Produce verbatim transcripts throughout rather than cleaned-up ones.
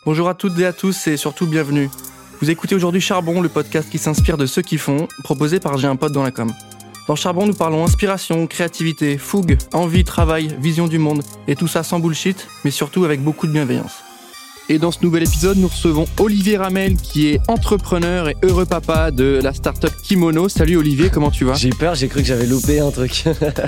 Bonjour à toutes et à tous et surtout bienvenue. Vous écoutez aujourd'hui Charbon, le podcast qui s'inspire de ceux qui font, proposé par J'ai un pote dans la com. Dans Charbon, nous parlons inspiration, créativité, fougue, envie, travail, vision du monde, et tout ça sans bullshit, mais surtout avec beaucoup de bienveillance. Et dans ce nouvel épisode, nous recevons Olivier Ramel, qui est entrepreneur et heureux papa de la startup Kimono. Salut Olivier, comment tu vas ? J'ai eu peur, j'ai cru que j'avais loupé un truc.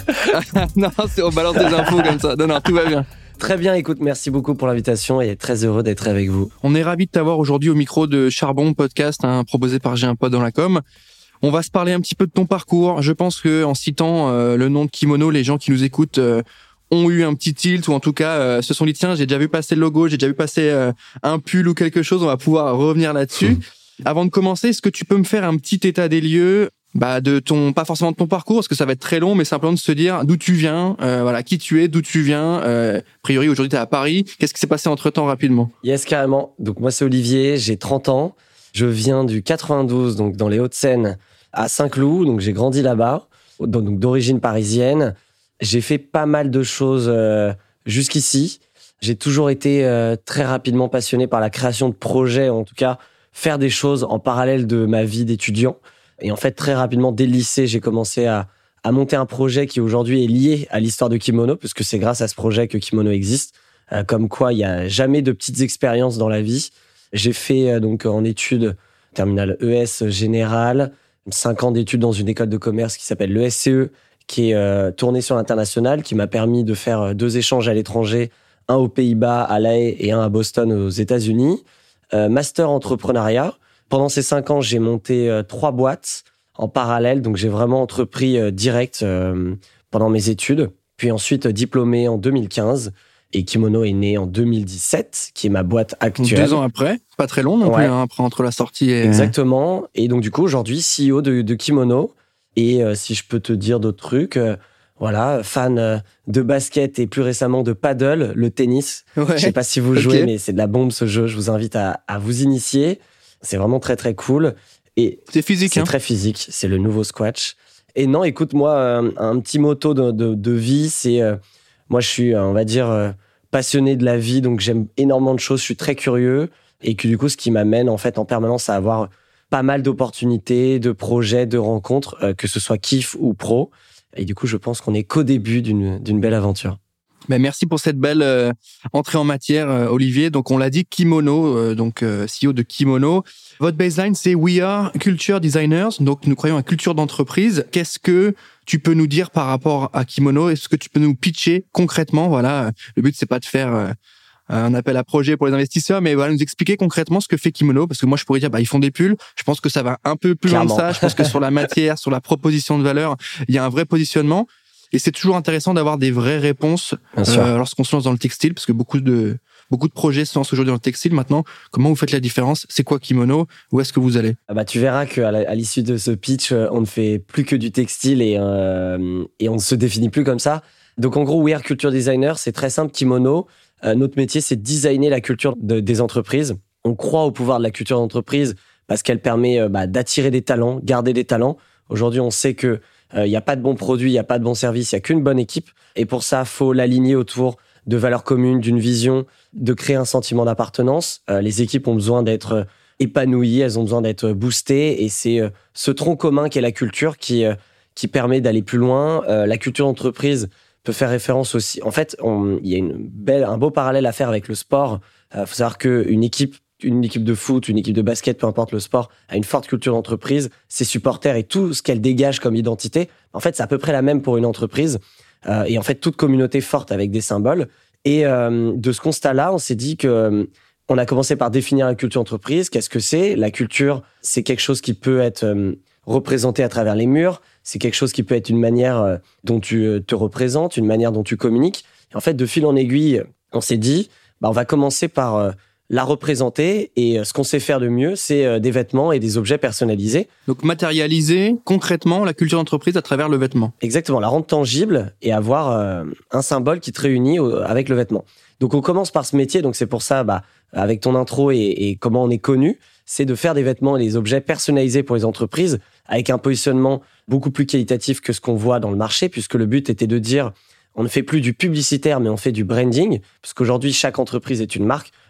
Non, c'est, on balance des infos comme ça. Non, non, tout va bien. Très bien, écoute, merci beaucoup pour l'invitation et très heureux d'être avec vous. On est ravis de t'avoir aujourd'hui au micro de Charbon Podcast, hein, proposé par J'ai un pote dans la com. On va se parler un petit peu de ton parcours. Je pense que en citant euh, le nom de Kimono, les gens qui nous écoutent euh, ont eu un petit tilt, ou en tout cas euh, se sont dit tiens, j'ai déjà vu passer le logo, j'ai déjà vu passer euh, un pull ou quelque chose. On va pouvoir revenir là-dessus. Mmh. Avant de commencer, est-ce que tu peux me faire un petit état des lieux, bah de ton, pas forcément de ton parcours, parce que ça va être très long, mais simplement de se dire d'où tu viens, euh, voilà, qui tu es, d'où tu viens. Euh, a priori aujourd'hui t'es à Paris. Qu'est-ce qui s'est passé entre temps rapidement ? Yes, carrément. Donc moi c'est Olivier, j'ai trente ans. Je viens du quatre-vingt-douze, donc dans les Hauts-de-Seine, à Saint-Cloud. Donc j'ai grandi là-bas, donc d'origine parisienne. J'ai fait pas mal de choses euh, jusqu'ici. J'ai toujours été euh, très rapidement passionné par la création de projets, en tout cas faire des choses en parallèle de ma vie d'étudiant. Et en fait, très rapidement, dès le lycée, j'ai commencé à, à monter un projet qui aujourd'hui est lié à l'histoire de Kimono, puisque c'est grâce à ce projet que Kimono existe. Euh, comme quoi, il n'y a jamais de petites expériences dans la vie. J'ai fait euh, donc en études terminale E S générale, cinq ans d'études dans une école de commerce qui s'appelle l'E S C E, qui est euh, tournée sur l'international, qui m'a permis de faire deux échanges à l'étranger, un aux Pays-Bas, à La Haye, et un à Boston, aux États-Unis. Euh, master entrepreneuriat. Pendant ces cinq ans, j'ai monté euh, trois boîtes en parallèle, donc j'ai vraiment entrepris euh, direct euh, pendant mes études. Puis ensuite, euh, diplômé en deux mille quinze, et Kimono est né en deux mille dix-sept, qui est ma boîte actuelle. Deux ans après, pas très long non ouais. plus, hein, après entre la sortie et... Exactement, et donc du coup, aujourd'hui, C E O de, de Kimono, et euh, si je peux te dire d'autres trucs... Euh, Voilà, fan euh, de basket et plus récemment de paddle, le tennis. Ouais. Je sais pas si vous jouez, okay. mais c'est de la bombe ce jeu. Je vous invite à, à vous initier. C'est vraiment très très cool. Et c'est physique, c'est hein. très physique. C'est le nouveau squash. Et non, écoute-moi, euh, un petit motto de, de, de vie, c'est euh, moi je suis, euh, on va dire, euh, passionné de la vie, donc j'aime énormément de choses. Je suis très curieux et que du coup, ce qui m'amène en fait en permanence à avoir pas mal d'opportunités, de projets, de rencontres, euh, que ce soit kiff ou pro. Et du coup, je pense qu'on est qu'au début d'une, d'une belle aventure. Ben merci pour cette belle euh, entrée en matière, euh, Olivier. Donc, on l'a dit, Kimono, euh, donc euh, C E O de Kimono. Votre baseline, c'est We are culture designers. Donc, nous croyons à culture d'entreprise. Qu'est-ce que tu peux nous dire par rapport à Kimono ? Est-ce que tu peux nous pitcher concrètement ? Voilà, le but, c'est pas de faire... Euh, un appel à projet pour les investisseurs, mais voilà, nous expliquer concrètement ce que fait Kimono, parce que moi, je pourrais dire, bah, ils font des pulls. Je pense que ça va un peu plus Clairement. loin de ça. Je pense que sur la matière, sur la proposition de valeur, il y a un vrai positionnement. Et c'est toujours intéressant d'avoir des vraies réponses euh, lorsqu'on se lance dans le textile, parce que beaucoup de, beaucoup de projets se lancent aujourd'hui dans le textile. Maintenant, comment vous faites la différence ? C'est quoi Kimono ? Où est-ce que vous allez ? Ah bah, tu verras qu'à à l'issue de ce pitch, on ne fait plus que du textile et, euh, et on ne se définit plus comme ça. Donc, en gros, We are culture designer, c'est très simple, Kimono. Euh, notre métier, c'est de designer la culture de, des entreprises. On croit au pouvoir de la culture d'entreprise parce qu'elle permet euh, bah, d'attirer des talents, garder des talents. Aujourd'hui, on sait que il euh, n'y a pas de bons produits, il n'y a pas de bons services, il n'y a qu'une bonne équipe. Et pour ça, il faut l'aligner autour de valeurs communes, d'une vision, de créer un sentiment d'appartenance. Euh, les équipes ont besoin d'être épanouies, elles ont besoin d'être boostées. Et c'est euh, ce tronc commun qu'est la culture qui, euh, qui permet d'aller plus loin. Euh, la culture d'entreprise peut faire référence aussi. En fait, il y a une belle, un beau parallèle à faire avec le sport. Il euh, faut savoir qu'une équipe, une équipe de foot, une équipe de basket, peu importe le sport, a une forte culture d'entreprise. Ses supporters et tout ce qu'elle dégage comme identité, en fait, c'est à peu près la même pour une entreprise. Euh, et en fait, toute communauté forte avec des symboles. Et euh, de ce constat-là, on s'est dit que euh, on a commencé par définir la culture d'entreprise. Qu'est-ce que c'est ? La culture, c'est quelque chose qui peut être euh, représenté à travers les murs. C'est quelque chose qui peut être une manière dont tu te représentes, une manière dont tu communiques. Et en fait, de fil en aiguille, on s'est dit, bah, on va commencer par la représenter. Et ce qu'on sait faire de mieux, c'est des vêtements et des objets personnalisés. Donc, matérialiser concrètement la culture d'entreprise à travers le vêtement. Exactement, la rendre tangible et avoir euh, un symbole qui te réunit au, avec le vêtement. Donc, on commence par ce métier. Donc, c'est pour ça, bah, avec ton intro et, et comment on est connu, c'est de faire des vêtements et des objets personnalisés pour les entreprises avec un positionnement beaucoup plus qualitatif que ce qu'on voit dans le marché, puisque le but était de dire on ne fait plus du publicitaire, mais on fait du branding, parce qu'aujourd'hui, chaque entreprise est une marque.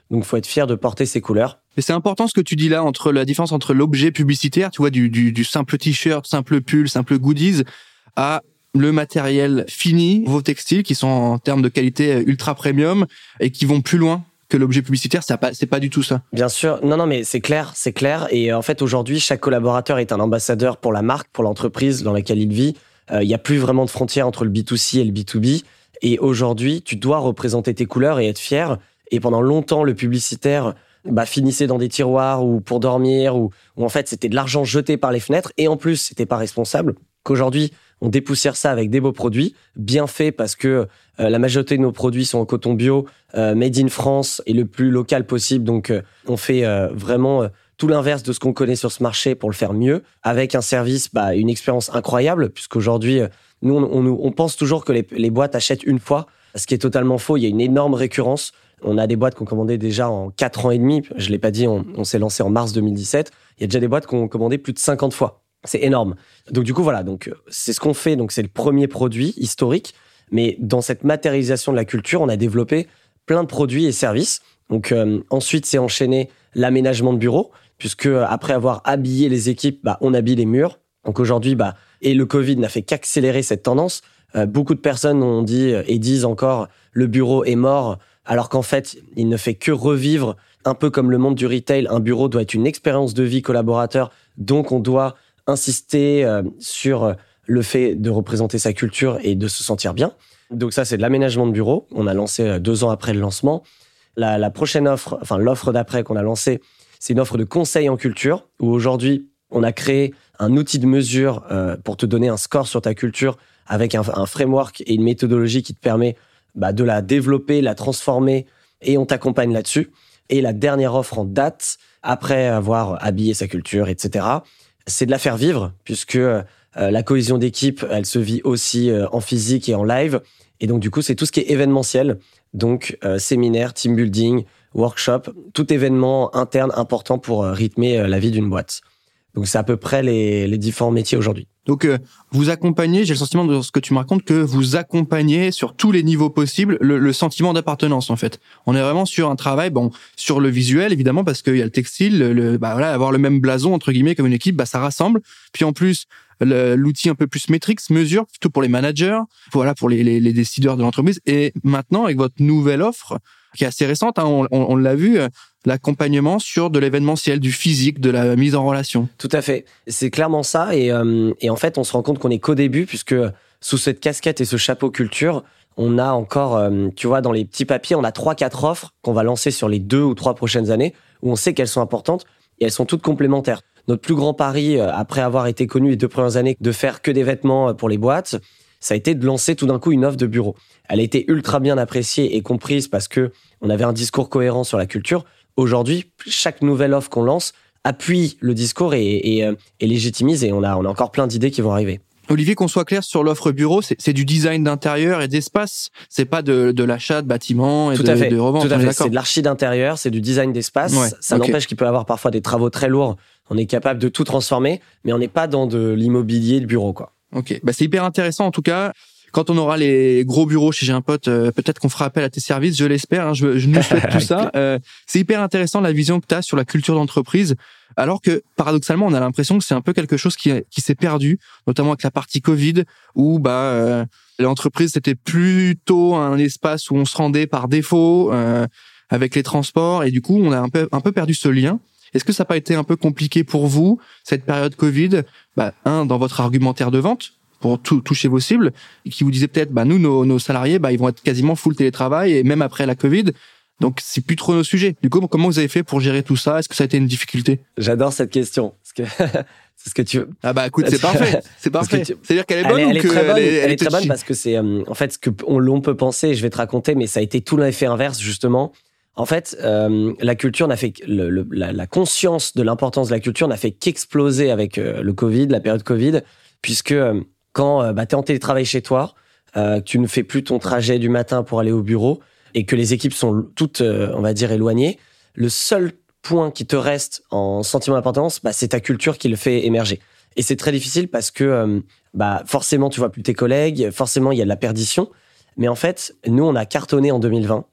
Donc, faut être fier de porter ces couleurs. Et c'est important ce que tu dis là, entre la différence entre l'objet publicitaire, tu vois, du, du, du simple t-shirt, simple pull, simple goodies, à le matériel fini, vos textiles qui sont en termes de qualité ultra premium et qui vont plus loin que l'objet publicitaire. C'est pas, c'est pas du tout ça. Bien sûr. Non, non, mais c'est clair, c'est clair. Et en fait, aujourd'hui, chaque collaborateur est un ambassadeur pour la marque, pour l'entreprise dans laquelle il vit. Il euh, n'y a plus vraiment de frontières entre le B deux C et le B deux B. Et aujourd'hui, tu dois représenter tes couleurs et être fier. Et pendant longtemps, le publicitaire bah, finissait dans des tiroirs ou pour dormir, ou, ou en fait, c'était de l'argent jeté par les fenêtres. Et en plus, c'était pas responsable. Qu'aujourd'hui, on dépoussière ça avec des beaux produits, bien faits parce que euh, la majorité de nos produits sont en coton bio, euh, made in France et le plus local possible. Donc, euh, on fait euh, vraiment euh, tout l'inverse de ce qu'on connaît sur ce marché pour le faire mieux, avec un service, bah, une expérience incroyable, puisqu'aujourd'hui, euh, nous, on, on, on pense toujours que les, les boîtes achètent une fois, ce qui est totalement faux. Il y a une énorme récurrence. On a des boîtes qu'on commandait déjà en quatre ans et demi. Je l'ai pas dit, on, on s'est lancé en mars deux mille dix-sept. Il y a déjà des boîtes qu'on commandé plus de cinquante fois. C'est énorme. Donc du coup, voilà, donc c'est ce qu'on fait. Donc c'est le premier produit historique. Mais dans cette matérialisation de la culture, on a développé plein de produits et services. Donc euh, ensuite, c'est enchaîné l'aménagement de bureaux, puisque après avoir habillé les équipes, bah, on habille les murs. Donc aujourd'hui, bah, et le Covid n'a fait qu'accélérer cette tendance. Euh, beaucoup de personnes ont dit et disent encore le bureau est mort, alors qu'en fait, il ne fait que revivre, un peu comme le monde du retail. Un bureau doit être une expérience de vie collaborateur, donc on doit insister euh, sur le fait de représenter sa culture et de se sentir bien. Donc ça, c'est de l'aménagement de bureau. On a lancé euh, deux ans après le lancement. La, la prochaine offre, enfin l'offre d'après qu'on a lancée, c'est une offre de conseil en culture, où aujourd'hui, on a créé un outil de mesure euh, pour te donner un score sur ta culture avec un, un framework et une méthodologie qui te permet bah, de la développer, la transformer, et on t'accompagne là-dessus. Et la dernière offre en date, après avoir habillé sa culture, et cetera, c'est de la faire vivre, puisque euh, la cohésion d'équipe, elle se vit aussi euh, en physique et en live. Et donc, du coup, c'est tout ce qui est événementiel. Donc, euh, séminaire, team building, workshop, tout événement interne important pour euh, rythmer euh, la vie d'une boîte. Donc, c'est à peu près les, les différents métiers aujourd'hui. Donc, euh, vous accompagnez, j'ai le sentiment de ce que tu me racontes, que vous accompagnez sur tous les niveaux possibles le, le sentiment d'appartenance, en fait. On est vraiment sur un travail, bon, sur le visuel, évidemment, parce qu'il y a le textile, le, bah voilà, avoir le même blason, entre guillemets, comme une équipe, bah, ça rassemble. Puis en plus, le, l'outil un peu plus métrique, mesure, plutôt pour les managers, voilà, pour les, les, les décideurs de l'entreprise. Et maintenant, avec votre nouvelle offre, qui est assez récente, hein, on, on, on l'a vu, euh, l'accompagnement sur de l'événementiel, du physique, de la mise en relation. Tout à fait. C'est clairement ça. Et, euh, et en fait, on se rend compte qu'on est qu'au début, puisque sous cette casquette et ce chapeau culture, on a encore, euh, tu vois, dans les petits papiers, on a trois, quatre offres qu'on va lancer sur les deux ou trois prochaines années, où on sait qu'elles sont importantes et elles sont toutes complémentaires. Notre plus grand pari, après avoir été connu les deux premières années, de faire que des vêtements pour les boîtes, ça a été de lancer tout d'un coup une offre de bureau. Elle a été ultra bien appréciée et comprise parce que on avait un discours cohérent sur la culture. Aujourd'hui, chaque nouvelle offre qu'on lance appuie le discours et, et, et légitimise, et on a, on a encore plein d'idées qui vont arriver. Olivier, qu'on soit clair sur l'offre bureau, c'est, c'est du design d'intérieur et d'espace. C'est pas de, de l'achat de bâtiments et tout de, à fait, de revente. Tout à fait. C'est de l'archi d'intérieur, c'est du design d'espace. Ouais, ça okay. n'empêche qu'il peut y avoir parfois des travaux très lourds. On est capable de tout transformer, mais on n'est pas dans de l'immobilier de bureau, quoi. Ok, bah c'est hyper intéressant en tout cas. Quand on aura les gros bureaux chez J'ai un pote, euh, peut-être qu'on fera appel à tes services, je l'espère. Hein, je, je nous souhaite tout ça. Euh, c'est hyper intéressant la vision que tu as sur la culture d'entreprise, alors que paradoxalement, on a l'impression que c'est un peu quelque chose qui, qui s'est perdu, notamment avec la partie Covid, où bah euh, l'entreprise c'était plutôt un espace où on se rendait par défaut euh, avec les transports, et du coup on a un peu un peu perdu ce lien. Est-ce que ça n'a pas été un peu compliqué pour vous cette période Covid, bah un dans votre argumentaire de vente pour tout, toucher vos cibles, et qui vous disait peut-être, bah, nous, nos, nos salariés, bah, ils vont être quasiment full télétravail, et même après la Covid. Donc, c'est plus trop nos sujets. Du coup, comment vous avez fait pour gérer tout ça? Est-ce que ça a été une difficulté? J'adore cette question. Parce que c'est ce que tu veux. Ah, bah, écoute, c'est parfait. C'est parfait. Tu... C'est-à-dire qu'elle est bonne elle, ou elle que est très bonne, elle est, elle elle est très bonne parce que c'est, euh, en fait, ce que on, l'on peut penser, je vais te raconter, mais ça a été tout l'effet inverse, justement. En fait, euh, la culture n'a fait, le, le, la, la conscience de l'importance de la culture n'a fait qu'exploser avec euh, le Covid, la période Covid, puisque, euh, quand bah, tu es en télétravail chez toi, euh, tu ne fais plus ton trajet du matin pour aller au bureau et que les équipes sont toutes, euh, on va dire, éloignées, le seul point qui te reste en sentiment d'appartenance, bah, c'est ta culture qui le fait émerger. Et c'est très difficile parce que euh, bah, forcément, tu vois plus tes collègues, forcément, il y a de la perdition. Mais en fait, nous, on a cartonné en deux mille vingt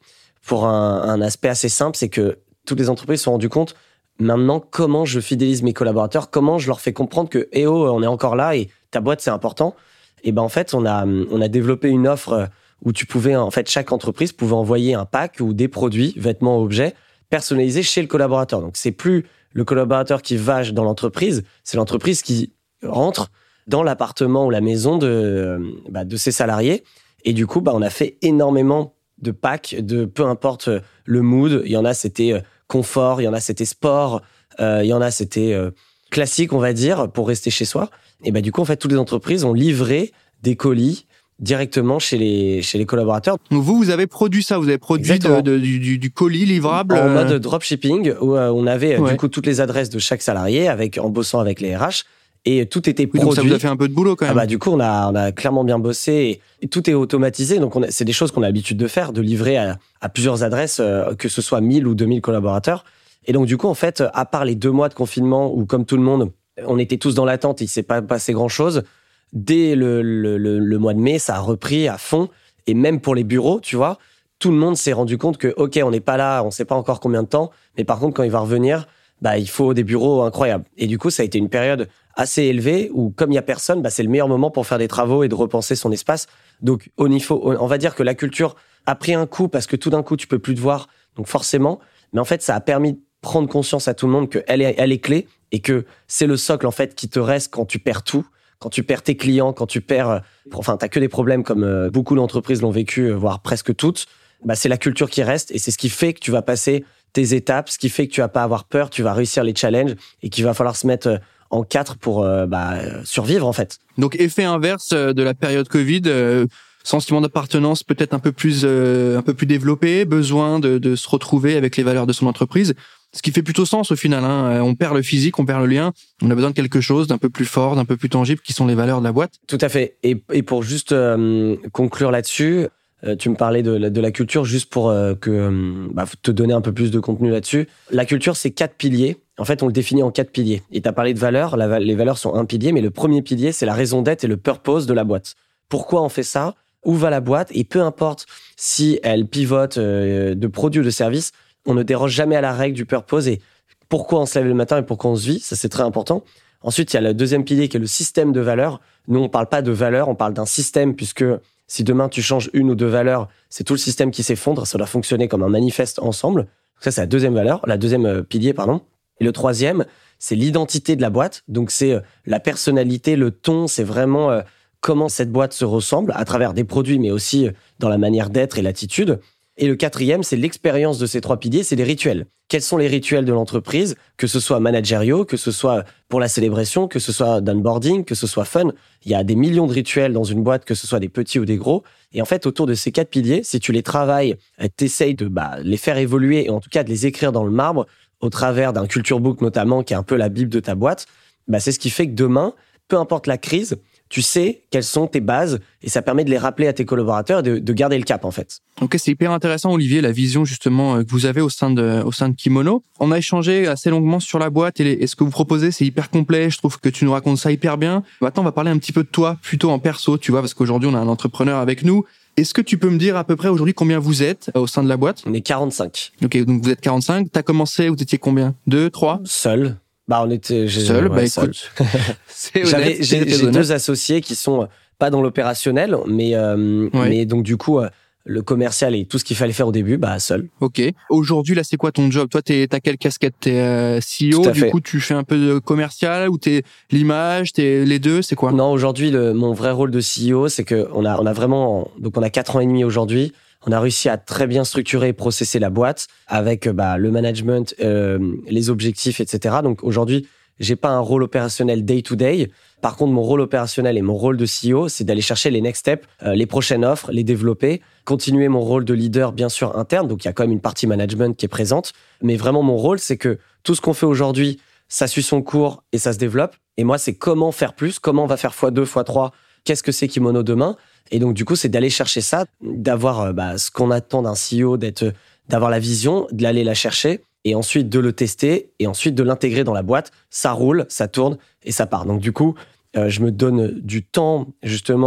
pour un, un aspect assez simple, c'est que toutes les entreprises se sont rendues compte maintenant comment je fidélise mes collaborateurs, comment je leur fais comprendre que eh oh, on est encore là et ta boîte c'est important. Et ben en fait, on a on a développé une offre où tu pouvais en fait chaque entreprise pouvait envoyer un pack ou des produits, vêtements, objets personnalisés chez le collaborateur. Donc c'est plus le collaborateur qui va dans l'entreprise, c'est l'entreprise qui rentre dans l'appartement ou la maison de bah, de ses salariés. Et du coup, bah on a fait énormément de packs de peu importe le mood. Il y en a c'était confort, il y en a c'était sport, euh, il y en a c'était euh, classique, on va dire, pour rester chez soi. Et bah du coup, en fait, toutes les entreprises ont livré des colis directement chez les chez les collaborateurs. Donc vous, vous avez produit ça, vous avez produit de, de, du, du colis livrable en mode dropshipping où euh, on avait ouais. du coup toutes les adresses de chaque salarié avec en bossant avec les R H et tout était oui, produit. Donc ça vous a fait un peu de boulot quand même. Ah bah du coup, on a on a clairement bien bossé et, et tout est automatisé. Donc on a, c'est des choses qu'on a l'habitude de faire, de livrer à, à plusieurs adresses, euh, que ce soit mille ou deux mille collaborateurs. Et donc du coup, en fait, à part les deux mois de confinement où comme tout le monde, on était tous dans l'attente, il s'est pas passé grand chose. Dès le, le, le, le mois de mai, ça a repris à fond. Et même pour les bureaux, tu vois, tout le monde s'est rendu compte que, OK, on n'est pas là, on sait pas encore combien de temps. Mais par contre, quand il va revenir, bah, il faut des bureaux incroyables. Et du coup, ça a été une période assez élevée où, comme il y a personne, bah, c'est le meilleur moment pour faire des travaux et de repenser son espace. Donc, au niveau, on va dire que la culture a pris un coup parce que tout d'un coup, tu peux plus te voir. Donc, forcément. Mais en fait, ça a permis de prendre conscience à tout le monde qu'elle est, elle est clé et que c'est le socle, en fait, qui te reste quand tu perds tout. Quand tu perds tes clients, quand tu perds, enfin, t'as que des problèmes comme euh, beaucoup d'entreprises l'ont vécu, voire presque toutes. Bah, c'est la culture qui reste et c'est ce qui fait que tu vas passer tes étapes, ce qui fait que tu vas pas avoir peur, tu vas réussir les challenges et qu'il va falloir se mettre en quatre pour euh, bah, survivre en fait. Donc effet inverse de la période Covid, euh, sentiment d'appartenance peut-être un peu plus euh, un peu plus développé, besoin de, de se retrouver avec les valeurs de son entreprise. Ce qui fait plutôt sens au final. Hein. On perd le physique, on perd le lien. On a besoin de quelque chose d'un peu plus fort, d'un peu plus tangible, qui sont les valeurs de la boîte. Tout à fait. Et, et pour juste euh, conclure là-dessus, euh, tu me parlais de, de la culture, juste pour euh, que euh, bah, te donner un peu plus de contenu là-dessus. La culture, c'est quatre piliers. En fait, on le définit en quatre piliers. Et tu as parlé de valeurs. La, les valeurs sont un pilier, mais le premier pilier, c'est la raison d'être et le purpose de la boîte. Pourquoi on fait ça ? Où va la boîte ? Et peu importe si elle pivote euh, de produits ou de services, on ne déroge jamais à la règle du purpose et pourquoi on se lève le matin et pourquoi on se vit, ça c'est très important. Ensuite, il y a le deuxième pilier qui est le système de valeurs. Nous, on parle pas de valeurs, on parle d'un système puisque si demain tu changes une ou deux valeurs, c'est tout le système qui s'effondre, ça doit fonctionner comme un manifeste ensemble. Donc ça, c'est la deuxième valeur, la deuxième pilier, pardon. Et le troisième, c'est l'identité de la boîte. Donc c'est la personnalité, le ton, c'est vraiment euh, comment cette boîte se ressemble à travers des produits, mais aussi dans la manière d'être et l'attitude. Et le quatrième, c'est l'expérience de ces trois piliers, c'est les rituels. Quels sont les rituels de l'entreprise, que ce soit managériaux, que ce soit pour la célébration, que ce soit d'onboarding, que ce soit fun. Il y a des millions de rituels dans une boîte, que ce soit des petits ou des gros. Et en fait, autour de ces quatre piliers, si tu les travailles, t'essayes de bah, les faire évoluer et en tout cas de les écrire dans le marbre, au travers d'un culture book notamment, qui est un peu la bible de ta boîte, bah, c'est ce qui fait que demain, peu importe la crise, tu sais quelles sont tes bases et ça permet de les rappeler à tes collaborateurs et de, de garder le cap en fait. Ok, c'est hyper intéressant Olivier, la vision justement que vous avez au sein de au sein de Kimono. On a échangé assez longuement sur la boîte et, les, et ce que vous proposez, c'est hyper complet. Je trouve que tu nous racontes ça hyper bien. Maintenant, on va parler un petit peu de toi, plutôt en perso, tu vois, parce qu'aujourd'hui on a un entrepreneur avec nous. Est-ce que tu peux me dire à peu près aujourd'hui combien vous êtes au sein de la boîte ? On est quarante-cinq. Ok, donc vous êtes quarante-cinq. T'as commencé, vous étiez combien ? Deux, trois ? Seul. Bah on était j'ai, seul. Ouais, bah seul. écoute, c'est honnête, J'avais, c'est j'ai, j'ai honnête. deux associés qui sont pas dans l'opérationnel, mais euh, Ouais. mais donc du coup euh, le commercial et tout ce qu'il fallait faire au début, bah seul. Ok. Aujourd'hui, là, c'est quoi ton job ? Toi, t'es, t'as quelle casquette ? T'es euh, C E O, Tout à du fait. coup, tu fais un peu de commercial ou t'es l'image, t'es les deux, c'est quoi ? Non, aujourd'hui le, mon vrai rôle de C E O, c'est que on a on a vraiment donc on a quatre ans et demi aujourd'hui. On a réussi à très bien structurer et processer la boîte avec bah, le management, euh, les objectifs, et cetera. Donc aujourd'hui, j'ai pas un rôle opérationnel day to day. Par contre, mon rôle opérationnel et mon rôle de C E O, c'est d'aller chercher les next steps, euh, les prochaines offres, les développer, continuer mon rôle de leader, bien sûr, interne. Donc, il y a quand même une partie management qui est présente. Mais vraiment, mon rôle, c'est que tout ce qu'on fait aujourd'hui, ça suit son cours et ça se développe. Et moi, c'est comment faire plus, comment on va faire fois deux, fois trois, qu'est-ce que c'est Kimono demain. Et donc, du coup, c'est d'aller chercher ça, d'avoir euh, bah, ce qu'on attend d'un C E O, d'être, d'avoir la vision, de l'aller la chercher. Et ensuite de le tester, et ensuite de l'intégrer dans la boîte. Ça roule, ça tourne, et ça part. Donc du coup, euh, je me donne du temps, justement,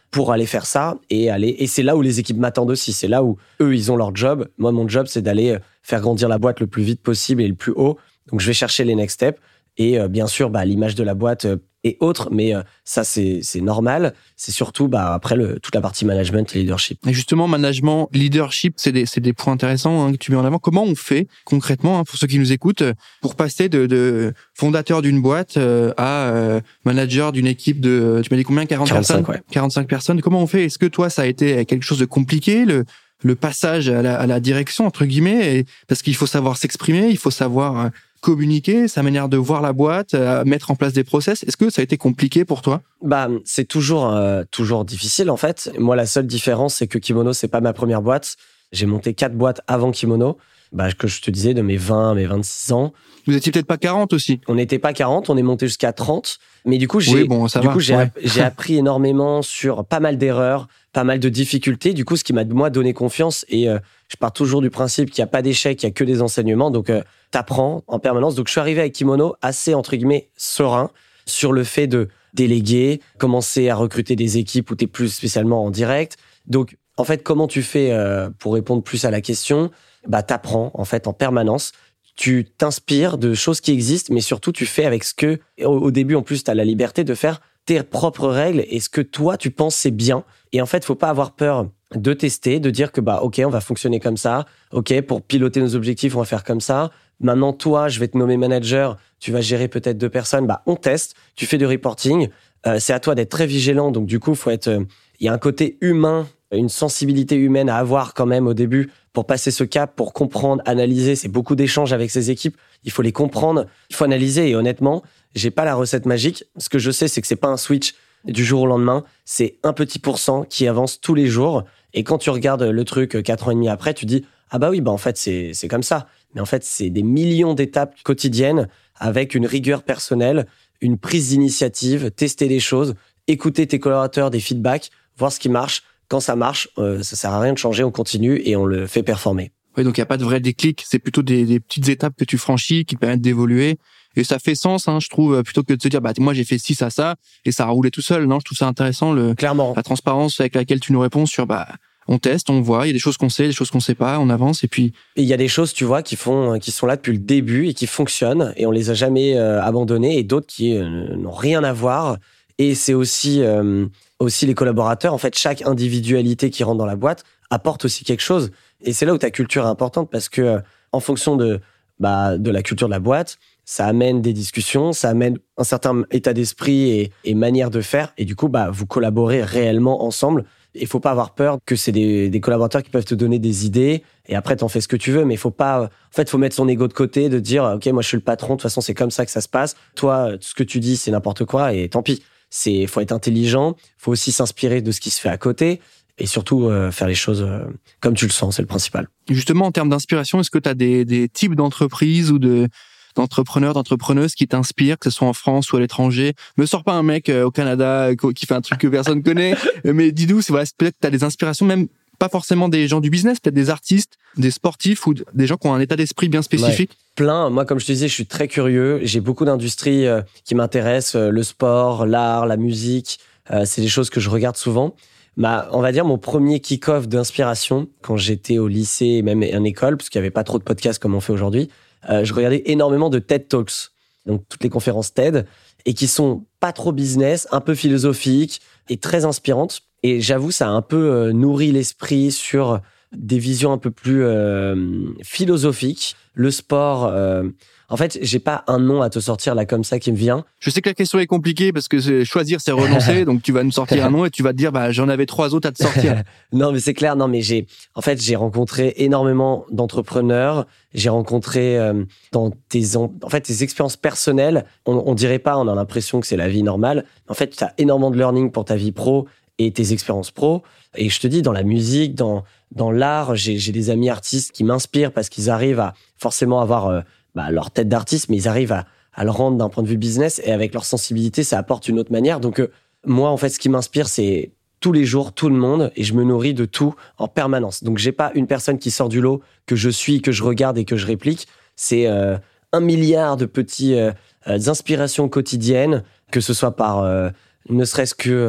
pour aller faire ça et aller. Et c'est là où les équipes m'attendent aussi. C'est là où eux, ils ont leur job. Moi, mon job, c'est d'aller faire grandir la boîte le plus vite possible et le plus haut. Donc, je vais chercher les next steps. Et euh, bien sûr, bah, l'image de la boîte euh, et autres, mais euh, ça, c'est, c'est normal. C'est surtout bah, après le, toute la partie management et leadership. Et justement, management, leadership, c'est des, c'est des points intéressants hein, que tu mets en avant. Comment on fait concrètement, hein, pour ceux qui nous écoutent, pour passer de, de fondateur d'une boîte euh, à euh, manager d'une équipe de, tu m'as dit combien, quarante quarante-cinq, personnes ouais. quarante-cinq personnes. Comment on fait? Est-ce que toi, ça a été quelque chose de compliqué, le, le passage à la, à la direction, entre guillemets, et, parce qu'il faut savoir s'exprimer, il faut savoir... Euh, communiquer, sa manière de voir la boîte, euh, mettre en place des process. Est-ce que ça a été compliqué pour toi? Bah, c'est toujours euh, toujours difficile en fait. Moi, la seule différence, c'est que Kimono, c'est pas ma première boîte. J'ai monté quatre boîtes avant Kimono. Bah, que je te disais, de mes vingt à mes vingt-six ans. Vous étiez peut-être pas quarante aussi? On n'était pas quarante, on est monté jusqu'à trente. Mais du coup, j'ai, oui, bon, ça du va, coup, j'ai, ouais. app- j'ai appris énormément sur pas mal d'erreurs, pas mal de difficultés. Du coup, ce qui m'a, moi, donné confiance. Et euh, je pars toujours du principe qu'il n'y a pas d'échec, il n'y a que des enseignements. Donc, euh, t'apprends en permanence. Donc, je suis arrivé avec Kimono assez, entre guillemets, serein sur le fait de déléguer, commencer à recruter des équipes où t'es plus spécialement en direct. Donc, en fait, comment tu fais euh, pour répondre plus à la question? Bah, t'apprends, en fait, en permanence. Tu t'inspires de choses qui existent, mais surtout, tu fais avec ce que... Au, au début, en plus, t'as la liberté de faire tes propres règles et ce que toi, tu penses c'est bien. Et en fait, faut pas avoir peur de tester, de dire que, bah, OK, on va fonctionner comme ça. OK, pour piloter nos objectifs, on va faire comme ça. Maintenant, toi, je vais te nommer manager. Tu vas gérer peut-être deux personnes. Bah, on teste. Tu fais du reporting. Euh, c'est à toi d'être très vigilant. Donc, du coup, faut être... Il euh, y a un côté humain, une sensibilité humaine à avoir quand même au début pour passer ce cap, pour comprendre, analyser. C'est beaucoup d'échanges avec ces équipes. Il faut les comprendre. Il faut analyser. Et honnêtement, j'ai pas la recette magique. Ce que je sais, c'est que c'est pas un switch du jour au lendemain. C'est un petit pourcent qui avance tous les jours. Et quand tu regardes le truc quatre ans et demi après, tu dis, ah bah oui, bah en fait, c'est, c'est comme ça. Mais en fait, c'est des millions d'étapes quotidiennes avec une rigueur personnelle, une prise d'initiative, tester des choses, écouter tes collaborateurs, des feedbacks, voir ce qui marche. Quand ça marche, euh, ça sert à rien de changer, on continue et on le fait performer. Oui, donc il n'y a pas de vrai déclic, c'est plutôt des, des petites étapes que tu franchis qui te permettent d'évoluer. Et ça fait sens, hein, je trouve, plutôt que de se dire, bah moi j'ai fait ci, ça, ça, et ça a roulé tout seul. Non, je trouve ça intéressant, le, Clairement. la transparence avec laquelle tu nous réponds sur, bah on teste, on voit, il y a des choses qu'on sait, des choses qu'on sait pas, on avance et puis... Et il y a des choses, tu vois, qui font, qui sont là depuis le début et qui fonctionnent et on les a jamais euh, abandonnées et d'autres qui euh, n'ont rien à voir. Et c'est aussi, euh, aussi les collaborateurs. En fait, chaque individualité qui rentre dans la boîte apporte aussi quelque chose. Et c'est là où ta culture est importante parce que, euh, en fonction de, bah, de la culture de la boîte, ça amène des discussions, ça amène un certain état d'esprit et, et manière de faire. Et du coup, bah, vous collaborez réellement ensemble. Il faut pas avoir peur que c'est des, des collaborateurs qui peuvent te donner des idées et après t'en fais ce que tu veux. Mais il faut pas, en fait, faut mettre son ego de côté, de dire, OK, moi, je suis le patron. De toute façon, c'est comme ça que ça se passe. Toi, tout ce que tu dis, c'est n'importe quoi et tant pis. C'est, faut être intelligent. Faut aussi s'inspirer de ce qui se fait à côté et surtout euh, faire les choses euh, comme tu le sens. C'est le principal. Justement, en termes d'inspiration, est-ce que tu as des, des types d'entreprises ou de d'entrepreneurs, d'entrepreneuses qui t'inspirent, que ce soit en France ou à l'étranger? Me sors pas un mec euh, au Canada euh, qui fait un truc que personne connaît, mais dis-nous, c'est, voilà, c'est peut-être que t'as des inspirations, même pas forcément des gens du business, peut-être des artistes, des sportifs ou des gens qui ont un état d'esprit bien spécifique. Ouais. Plein. Moi, comme je te disais, je suis très curieux. J'ai beaucoup d'industries euh, qui m'intéressent, euh, le sport, l'art, la musique. Euh, c'est des choses que je regarde souvent. Bah, on va dire mon premier kick-off d'inspiration quand j'étais au lycée et même en école, parce qu'il y avait pas trop de podcasts comme on fait aujourd'hui. Euh, je regardais énormément de TED Talks, donc toutes les conférences TED, et qui sont pas trop business, un peu philosophiques et très inspirantes. Et j'avoue, ça a un peu euh, nourri l'esprit sur des visions un peu plus euh, philosophiques. Le sport, euh, en fait, j'ai pas un nom à te sortir là comme ça qui me vient. Je sais que la question est compliquée parce que c'est, choisir, c'est renoncer. Donc tu vas nous sortir un nom et tu vas te dire, bah j'en avais trois autres à te sortir. Non, mais c'est clair. Non, mais j'ai, en fait, j'ai rencontré énormément d'entrepreneurs. J'ai rencontré euh, dans tes, en, en fait, tes expériences personnelles. On, on dirait pas, on a l'impression que c'est la vie normale. En fait, tu as énormément de learning pour ta vie pro et tes expériences pro. Et je te dis, dans la musique, dans dans l'art, j'ai, j'ai des amis artistes qui m'inspirent parce qu'ils arrivent à forcément avoir euh, bah, leur tête d'artiste, mais ils arrivent à, à le rendre d'un point de vue business et avec leur sensibilité, ça apporte une autre manière. Donc, euh, moi, en fait, ce qui m'inspire, c'est tous les jours, tout le monde, et je me nourris de tout en permanence. Donc, j'ai pas une personne qui sort du lot que je suis, que je regarde et que je réplique. C'est euh, un milliard de petits euh, euh, inspirations quotidiennes, que ce soit par, euh, ne serait-ce que, euh,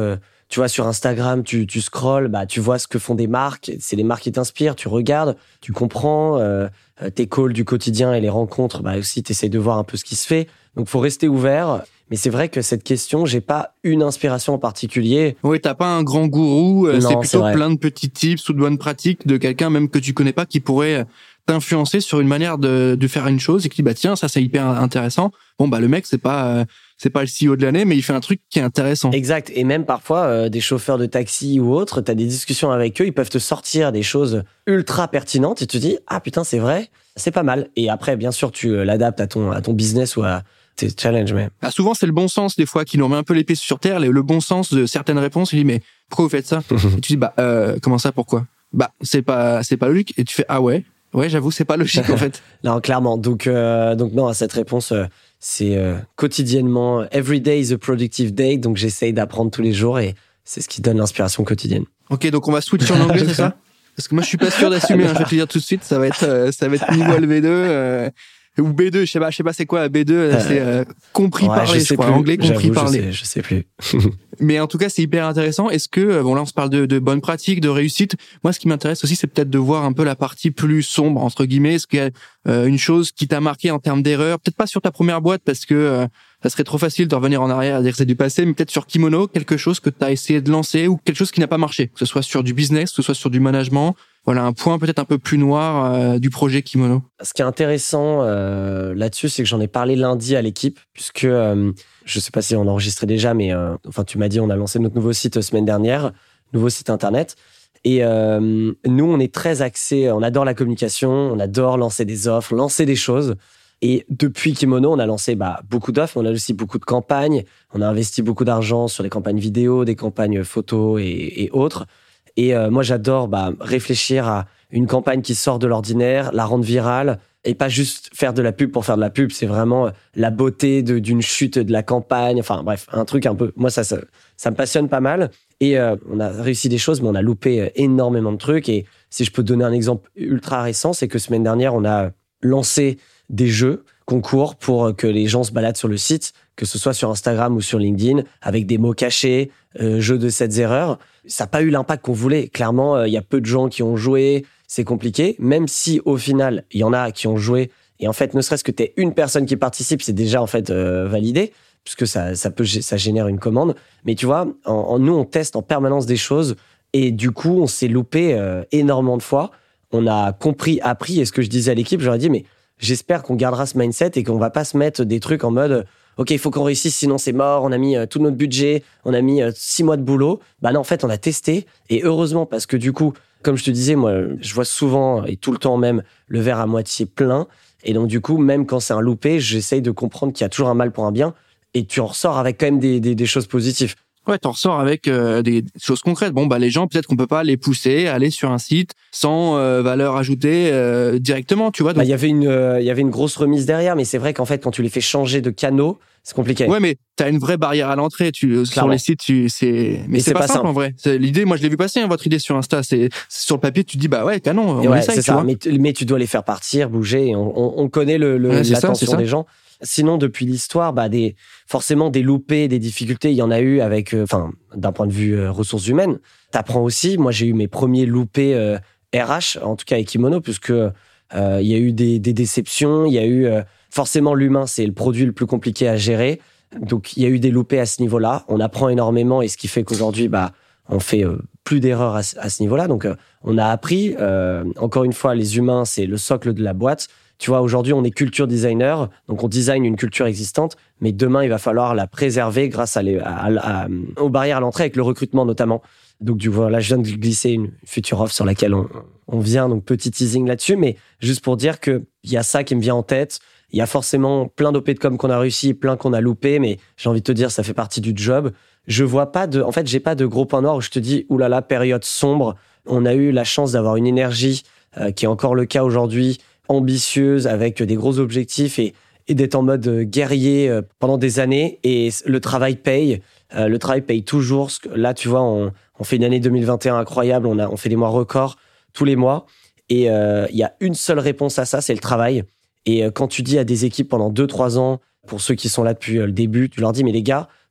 Tu vois, sur Instagram, tu, tu scrolles, bah, tu vois ce que font des marques. C'est des marques qui t'inspirent, tu regardes, tu comprends euh, tes calls du quotidien et les rencontres. Bah, aussi, tu essaies de voir un peu ce qui se fait. Donc, faut rester ouvert. Mais c'est vrai que cette question, j'ai pas une inspiration en particulier. Oui, t'as pas un grand gourou. Non, c'est plutôt c'est plein de petits tips ou de bonnes pratiques de quelqu'un même que tu connais pas qui pourrait t'influencer sur une manière de, de faire une chose et qui dit bah tiens ça c'est hyper intéressant. Bon bah le mec c'est pas euh, c'est pas le C E O de l'année mais il fait un truc qui est intéressant. Exact. Et même parfois euh, des chauffeurs de taxi ou autres, t'as des discussions avec eux, ils peuvent te sortir des choses ultra pertinentes et tu te dis ah putain c'est vrai, c'est pas mal. Et après bien sûr tu euh, l'adaptes à ton à ton business ou à tes challenges. Mais bah, souvent c'est le bon sens des fois qui nous remet un peu les pieds sur terre, le, le bon sens de certaines réponses. Il dit mais pourquoi vous faites ça? Et tu dis bah euh, comment ça pourquoi? Bah c'est pas c'est pas logique et tu fais ah ouais. Ouais, j'avoue, c'est pas logique en fait. Non, clairement. Donc, euh, donc non, à cette réponse, euh, c'est euh, quotidiennement. Every day is a productive day. Donc, j'essaye d'apprendre tous les jours et c'est ce qui donne l'inspiration quotidienne. Ok, donc on va switcher en anglais, c'est ça? Parce que moi, je suis pas sûr d'assumer. Hein, je vais te dire tout de suite, ça va être, euh, ça va être niveau L V deux euh, ou B deux. Je sais pas, je sais pas c'est quoi B deux. Euh, c'est euh, compris ouais, parler, je, je crois. Plus. Anglais compris J'avoue, parler. Je sais, je sais plus. Mais en tout cas, c'est hyper intéressant. Est-ce que, bon là, on se parle de, de bonnes pratiques, de réussite. Moi, ce qui m'intéresse aussi, c'est peut-être de voir un peu la partie plus sombre, entre guillemets. Est-ce qu'il y a euh, une chose qui t'a marqué en termes d'erreur? Peut-être pas sur ta première boîte, parce que euh, ça serait trop facile de revenir en arrière et dire que c'est du passé, mais peut-être sur Kimono, quelque chose que t'as essayé de lancer ou quelque chose qui n'a pas marché. Que ce soit sur du business, que ce soit sur du management. Voilà, un point peut-être un peu plus noir euh, du projet Kimono. Ce qui est intéressant euh, là-dessus, c'est que j'en ai parlé lundi à l'équipe, puisque euh, je sais pas si on enregistrait déjà, mais euh, enfin tu m'as dit on a lancé notre nouveau site semaine dernière, nouveau site internet. Et euh, nous, on est très axés, on adore la communication, on adore lancer des offres, lancer des choses. Et depuis Kimono, on a lancé bah, beaucoup d'offres, on a aussi beaucoup de campagnes, on a investi beaucoup d'argent sur des campagnes vidéo, des campagnes photos et, et autres. Et euh, moi, j'adore bah, réfléchir à une campagne qui sort de l'ordinaire, la rendre virale, et pas juste faire de la pub pour faire de la pub. C'est vraiment la beauté de, d'une chute de la campagne. Enfin bref, un truc un peu... Moi, ça, ça, ça me passionne pas mal. Et euh, on a réussi des choses, mais on a loupé énormément de trucs. Et si je peux te donner un exemple ultra récent, c'est que semaine dernière, on a lancé des jeux concours pour que les gens se baladent sur le site, que ce soit sur Instagram ou sur LinkedIn, avec des mots cachés, euh, jeux de sept erreurs. Ça n'a pas eu l'impact qu'on voulait. Clairement, il euh, y a peu de gens qui ont joué, c'est compliqué, même si au final, il y en a qui ont joué. Et en fait, ne serait-ce que tu aies une personne qui participe, c'est déjà en fait euh, validé, puisque ça, ça, peut, ça génère une commande. Mais tu vois, en, en, nous, on teste en permanence des choses et du coup, on s'est loupé euh, énormément de fois. On a compris, appris, et ce que je disais à l'équipe, j'aurais dit, mais j'espère qu'on gardera ce mindset et qu'on va pas se mettre des trucs en mode ok, il faut qu'on réussisse, sinon c'est mort, on a mis euh, tout notre budget, on a mis euh, six mois de boulot. Bah non, en fait, on a testé, et heureusement, parce que du coup, comme je te disais, moi, je vois souvent, et tout le temps même, le verre à moitié plein, et donc du coup, même quand c'est un loupé, j'essaye de comprendre qu'il y a toujours un mal pour un bien, et tu en ressors avec quand même des, des, des choses positives. Ouais, t'en ressors avec euh, des choses concrètes. Bon, bah les gens, peut-être qu'on peut pas les pousser à aller sur un site sans euh, valeur ajoutée euh, directement, tu vois. Donc... Bah, y avait une, il euh, y avait une grosse remise derrière, mais c'est vrai qu'en fait, quand tu les fais changer de canaux, c'est compliqué. Ouais, mais t'as une vraie barrière à l'entrée. Tu sur les sites, tu c'est, mais, mais c'est, c'est pas, pas simple, simple en vrai. C'est, l'idée, moi, je l'ai vu passer, hein, votre idée sur Insta. C'est, c'est sur le papier, tu te dis bah ouais, canon, on ouais, essaye, c'est tu ça. vois. Mais, mais tu dois les faire partir, bouger. Et on, on, on connaît le, le ouais, l'attention ça, des gens. Sinon, depuis l'histoire, bah des forcément des loupés, des difficultés, il y en a eu avec, enfin, euh, d'un point de vue euh, ressources humaines. T'apprends aussi. Moi, j'ai eu mes premiers loupés euh, R H, en tout cas avec Kimono, puisque euh, il y a eu des, des déceptions. Il y a eu euh, forcément l'humain, c'est le produit le plus compliqué à gérer. Donc, il y a eu des loupés à ce niveau-là. On apprend énormément, et ce qui fait qu'aujourd'hui, bah, on fait euh, plus d'erreurs à, à ce niveau-là. Donc, euh, on a appris. Euh, encore une fois, les humains, c'est le socle de la boîte. Tu vois, aujourd'hui, on est culture designer, donc on design une culture existante, mais demain, il va falloir la préserver grâce à les, à, à, à, aux barrières à l'entrée, avec le recrutement notamment. Donc, du coup, là, je viens de glisser une future offre sur laquelle on, on vient, donc petit teasing là-dessus, mais juste pour dire qu'il y a ça qui me vient en tête. Il y a forcément plein d'O P de com qu'on a réussi, plein qu'on a loupé, mais j'ai envie de te dire, ça fait partie du job. Je vois pas de, en fait, j'ai pas de gros points noirs où je te dis, oulala, période sombre. On a eu la chance d'avoir une énergie euh, qui est encore le cas aujourd'hui, ambitieuse, avec des gros objectifs et, et d'être en mode guerrier pendant des années. Et le travail paye. Euh, le travail paye toujours. Là, tu vois, on, on fait une année deux mille vingt et un incroyable. On, a, on fait des mois records tous les mois. Et il euh, y a une seule réponse à ça, c'est le travail. Et euh, quand tu dis à des équipes pendant deux trois ans, pour ceux qui sont là depuis euh, le début, tu leur dis, mais les gars,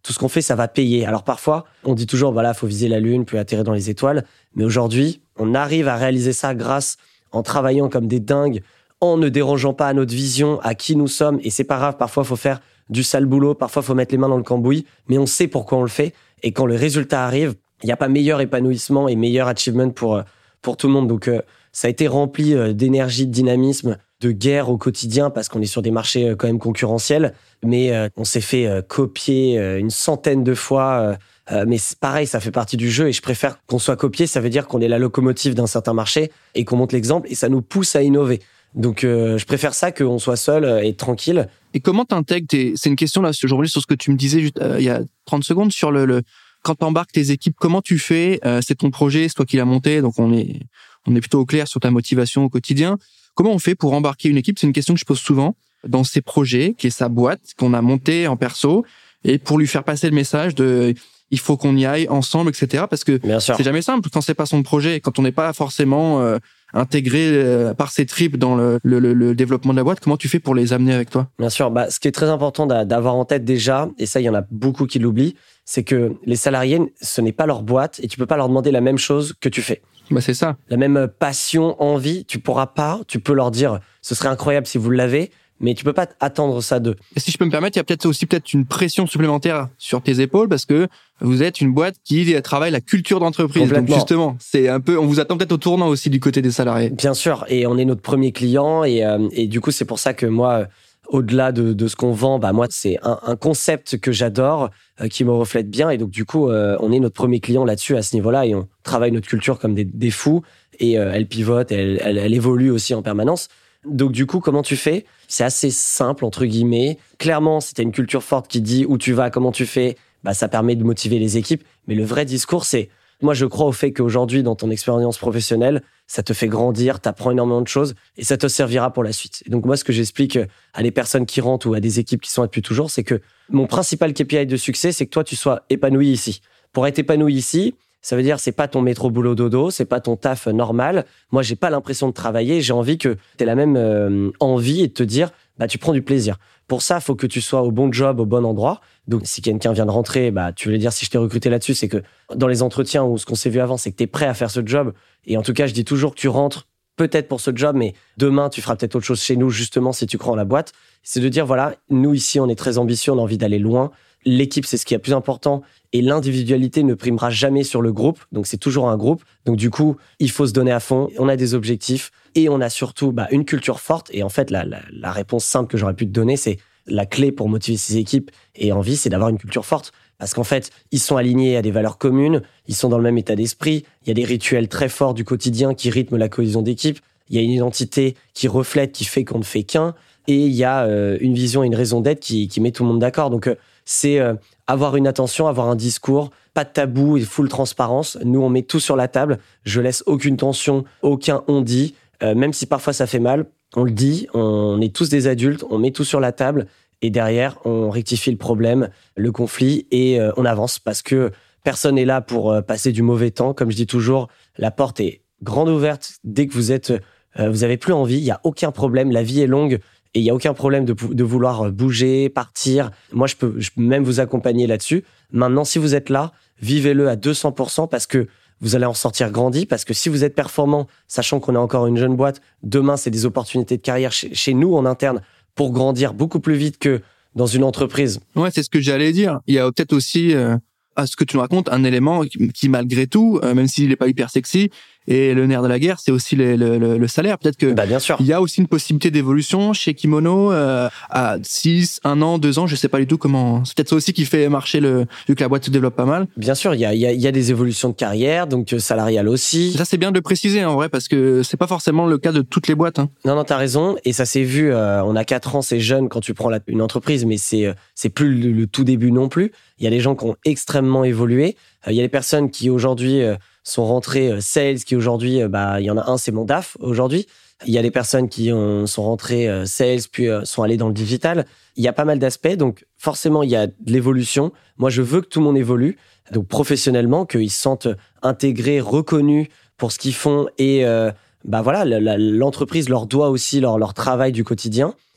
tout ce qu'on fait, ça va payer. Alors parfois, on dit toujours, voilà, faut viser la lune, puis atterrir dans les étoiles. Mais aujourd'hui, on arrive à réaliser ça grâce en travaillant comme des dingues, en ne dérangeant pas à notre vision, à qui nous sommes. Et c'est pas grave, parfois, faut faire du sale boulot, parfois, faut mettre les mains dans le cambouis, mais on sait pourquoi on le fait. Et quand le résultat arrive, il n'y a pas meilleur épanouissement et meilleur achievement pour, pour tout le monde. Donc, euh, ça a été rempli euh, d'énergie, de dynamisme, de guerre au quotidien, parce qu'on est sur des marchés euh, quand même concurrentiels. Mais euh, on s'est fait euh, copier euh, une centaine de fois. Euh, euh, mais c'est pareil, ça fait partie du jeu. Et je préfère qu'on soit copié. Ça veut dire qu'on est la locomotive d'un certain marché et qu'on montre l'exemple. Et ça nous pousse à innover. Donc, euh, je préfère ça qu'on soit seul euh, et tranquille. Et comment t'intègres tes... C'est une question, là, je rebondis sur ce que tu me disais juste, euh, il y a trente secondes, sur le... le... Quand t'embarques tes équipes, comment tu fais? euh, C'est ton projet, c'est toi qui l'as monté, donc on est, on est plutôt au clair sur ta motivation au quotidien. Comment on fait pour embarquer une équipe? C'est une question que je pose souvent dans ces projets, qui est sa boîte, qu'on a montée en perso, et pour lui faire passer le message de il faut qu'on y aille ensemble, et cetera. Parce que c'est jamais simple quand c'est pas son projet, quand on n'est pas forcément euh, intégré euh, par ses tripes dans le, le, le, le développement de la boîte. Comment tu fais pour les amener avec toi? Bien sûr, bah, ce qui est très important d'avoir en tête déjà, et ça, il y en a beaucoup qui l'oublient, c'est que les salariés, ce n'est pas leur boîte et tu peux pas leur demander la même chose que tu fais. Bah, c'est ça. La même passion, envie, tu pourras pas, tu peux leur dire, ce serait incroyable si vous l'avez, mais tu peux pas attendre ça d'eux. Et si je peux me permettre, il y a peut-être aussi peut-être une pression supplémentaire sur tes épaules parce que vous êtes une boîte qui travaille la culture d'entreprise. Donc justement, c'est un peu, on vous attend peut-être au tournant aussi du côté des salariés. Bien sûr, et on est notre premier client et, euh, et du coup c'est pour ça que moi, au-delà de, de ce qu'on vend, bah moi c'est un, un concept que j'adore, euh, qui me reflète bien et donc du coup euh, on est notre premier client là-dessus à ce niveau-là et on travaille notre culture comme des, des fous et euh, elle pivote, elle, elle, elle évolue aussi en permanence. Donc du coup, comment tu fais? C'est assez simple, entre guillemets. Clairement, si tu as une culture forte qui dit où tu vas, comment tu fais, bah, ça permet de motiver les équipes. Mais le vrai discours, c'est... Moi, je crois au fait qu'aujourd'hui, dans ton expérience professionnelle, ça te fait grandir, t'apprends énormément de choses et ça te servira pour la suite. Et donc moi, ce que j'explique à des personnes qui rentrent ou à des équipes qui sont là depuis toujours, c'est que mon principal K P I de succès, c'est que toi, tu sois épanoui ici. Pour être épanoui ici, ça veut dire c'est pas ton métro boulot dodo, c'est pas ton taf normal. Moi, j'ai pas l'impression de travailler, j'ai envie que tu aies la même euh, envie et de te dire bah tu prends du plaisir. Pour ça, faut que tu sois au bon job, au bon endroit. Donc si quelqu'un vient de rentrer, bah tu veux dire si je t'ai recruté là-dessus, c'est que dans les entretiens ou ce qu'on s'est vu avant, c'est que tu es prêt à faire ce job et en tout cas, je dis toujours que tu rentres peut-être pour ce job, mais demain, tu feras peut-être autre chose chez nous justement si tu crois en la boîte. C'est de dire voilà, nous ici, on est très ambitieux, on a envie d'aller loin. L'équipe, c'est ce qui est le plus important et l'individualité ne primera jamais sur le groupe. Donc, c'est toujours un groupe. Donc, du coup, il faut se donner à fond. On a des objectifs et on a surtout bah, une culture forte. Et en fait, la, la, la réponse simple que j'aurais pu te donner, c'est la clé pour motiver ces équipes et envie, c'est d'avoir une culture forte. Parce qu'en fait, ils sont alignés à des valeurs communes, ils sont dans le même état d'esprit. Il y a des rituels très forts du quotidien qui rythment la cohésion d'équipe. Il y a une identité qui reflète, qui fait qu'on ne fait qu'un. Et il y a euh, une vision et une raison d'être qui, qui met tout le monde d'accord. Donc, euh, c'est euh, avoir une attention, avoir un discours, pas de tabou et full transparence. Nous, on met tout sur la table. Je laisse aucune tension, aucun on dit. Euh, même si parfois ça fait mal, on le dit. On est tous des adultes, on met tout sur la table. Et derrière, on rectifie le problème, le conflit et euh, on avance parce que personne n'est là pour euh, passer du mauvais temps. Comme je dis toujours, la porte est grande ouverte. Dès que vous êtes, euh, vous avez plus envie, il y a aucun problème. La vie est longue. Et il n'y a aucun problème de, de vouloir bouger, partir. Moi, je peux, je peux même vous accompagner là-dessus. Maintenant, si vous êtes là, vivez-le à deux cents pour cent parce que vous allez en sortir grandi. Parce que si vous êtes performant, sachant qu'on est encore une jeune boîte, demain, c'est des opportunités de carrière chez, chez nous en interne pour grandir beaucoup plus vite que dans une entreprise. Ouais, c'est ce que j'allais dire. Il y a peut-être aussi, euh, à ce que tu nous racontes, un élément qui, qui malgré tout, euh, même s'il n'est pas hyper sexy, et le nerf de la guerre, c'est aussi le, le, le salaire. Peut-être que bah bien sûr. Il y a aussi une possibilité d'évolution chez Kimono euh, à six, un an, deux ans, je sais pas du tout comment. C'est peut-être ça aussi qui fait marcher le, vu que la boîte se développe pas mal. Bien sûr, il y a, il y a, il y a des évolutions de carrière, donc salariale aussi. Ça, c'est bien de le préciser en vrai, parce que c'est pas forcément le cas de toutes les boîtes. Hein. Non, non, t'as raison. Et ça s'est vu, euh, on a quatre ans, c'est jeune quand tu prends la, une entreprise, mais c'est, c'est plus le, le tout début non plus. Il y a des gens qui ont extrêmement évolué. Euh, il y a des personnes qui aujourd'hui euh, sont rentrées euh, sales, qui aujourd'hui, euh, bah, il y en a un, c'est mon D A F aujourd'hui. Il y a des personnes qui ont, sont rentrées euh, sales, puis euh, sont allées dans le digital. Il y a pas mal d'aspects, donc forcément, il y a de l'évolution. Moi, je veux que tout le monde évolue, donc professionnellement, qu'ils se sentent intégrés, reconnus pour ce qu'ils font. Et euh, bah voilà, la, la, l'entreprise leur doit aussi leur, leur travail du quotidien.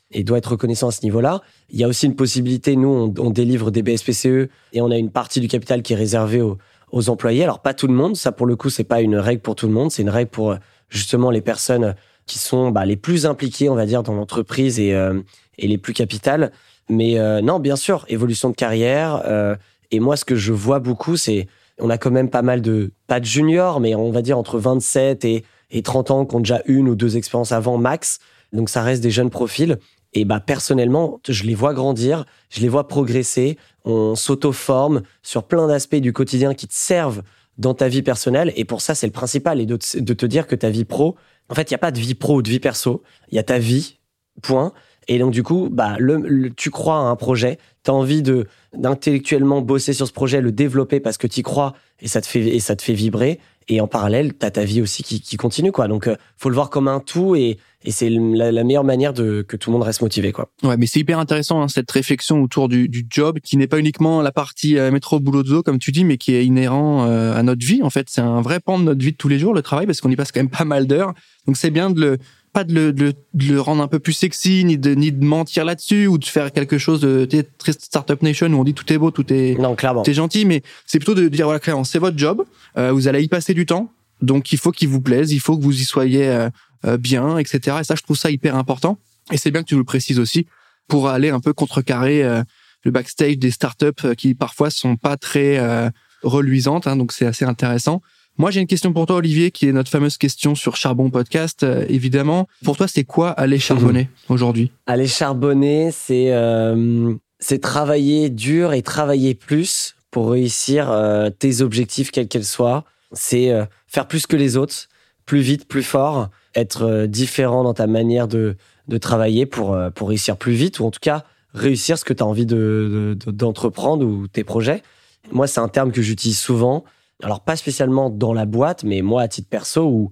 et doit être reconnaissant à ce niveau-là. Il y a aussi une possibilité, nous, on, on délivre des B S P C E et on a une partie du capital qui est réservée aux, aux employés. Alors, pas tout le monde. Ça, pour le coup, c'est pas une règle pour tout le monde. C'est une règle pour, justement, les personnes qui sont bah, les plus impliquées, on va dire, dans l'entreprise et, euh, et les plus capitales. Mais euh, non, bien sûr, évolution de carrière. Euh, et moi, ce que je vois beaucoup, c'est on a quand même pas mal de, pas de juniors, mais on va dire entre vingt-sept et, et trente ans qui ont déjà une ou deux expériences avant max. Donc, ça reste des jeunes profils. Et bah, personnellement, je les vois grandir, je les vois progresser. On s'auto-forme sur plein d'aspects du quotidien qui te servent dans ta vie personnelle. Et pour ça, c'est le principal. Et de te, de te dire que ta vie pro, en fait, il n'y a pas de vie pro ou de vie perso. Il y a ta vie, point. Et donc, du coup, bah, le, le, tu crois à un projet, tu as envie de, d'intellectuellement bosser sur ce projet, le développer parce que tu y crois et ça te fait, et ça te fait vibrer. Et en parallèle, tu as ta vie aussi qui, qui continue, quoi. Donc, euh, faut le voir comme un tout et, et c'est la, la meilleure manière de, que tout le monde reste motivé, quoi. Ouais, mais c'est hyper intéressant, hein, cette réflexion autour du, du job qui n'est pas uniquement la partie euh, métro boulot dodo, comme tu dis, mais qui est inhérent euh, à notre vie. En fait, c'est un vrai pan de notre vie de tous les jours, le travail, parce qu'on y passe quand même pas mal d'heures. Donc, c'est bien de le, pas de le, de le, de le rendre un peu plus sexy, ni de, ni de mentir là-dessus, ou de faire quelque chose de très Startup Nation où on dit tout est beau, tout est, non, clairement. tout est gentil, mais c'est plutôt de dire, voilà, clairement, c'est votre job, euh, vous allez y passer du temps, donc il faut qu'il vous plaise, il faut que vous y soyez euh, euh, bien, et cetera. Et ça, je trouve ça hyper important. Et c'est bien que tu nous le précises aussi, pour aller un peu contrecarrer euh, le backstage des startups qui parfois sont pas très euh, reluisantes, hein, donc c'est assez intéressant. Moi, j'ai une question pour toi, Olivier, qui est notre fameuse question sur Charbon Podcast, euh, évidemment. Pour toi, c'est quoi aller charbonner mmh. aujourd'hui ? Aller charbonner, c'est, euh, c'est travailler dur et travailler plus pour réussir euh, tes objectifs, quels qu'ils soient. C'est euh, faire plus que les autres, plus vite, plus fort, être euh, différent dans ta manière de, de travailler pour, euh, pour réussir plus vite, ou en tout cas, réussir ce que tu as envie de, de, d'entreprendre ou tes projets. Moi, c'est un terme que j'utilise souvent. Alors, pas spécialement dans la boîte, mais moi, à titre perso, où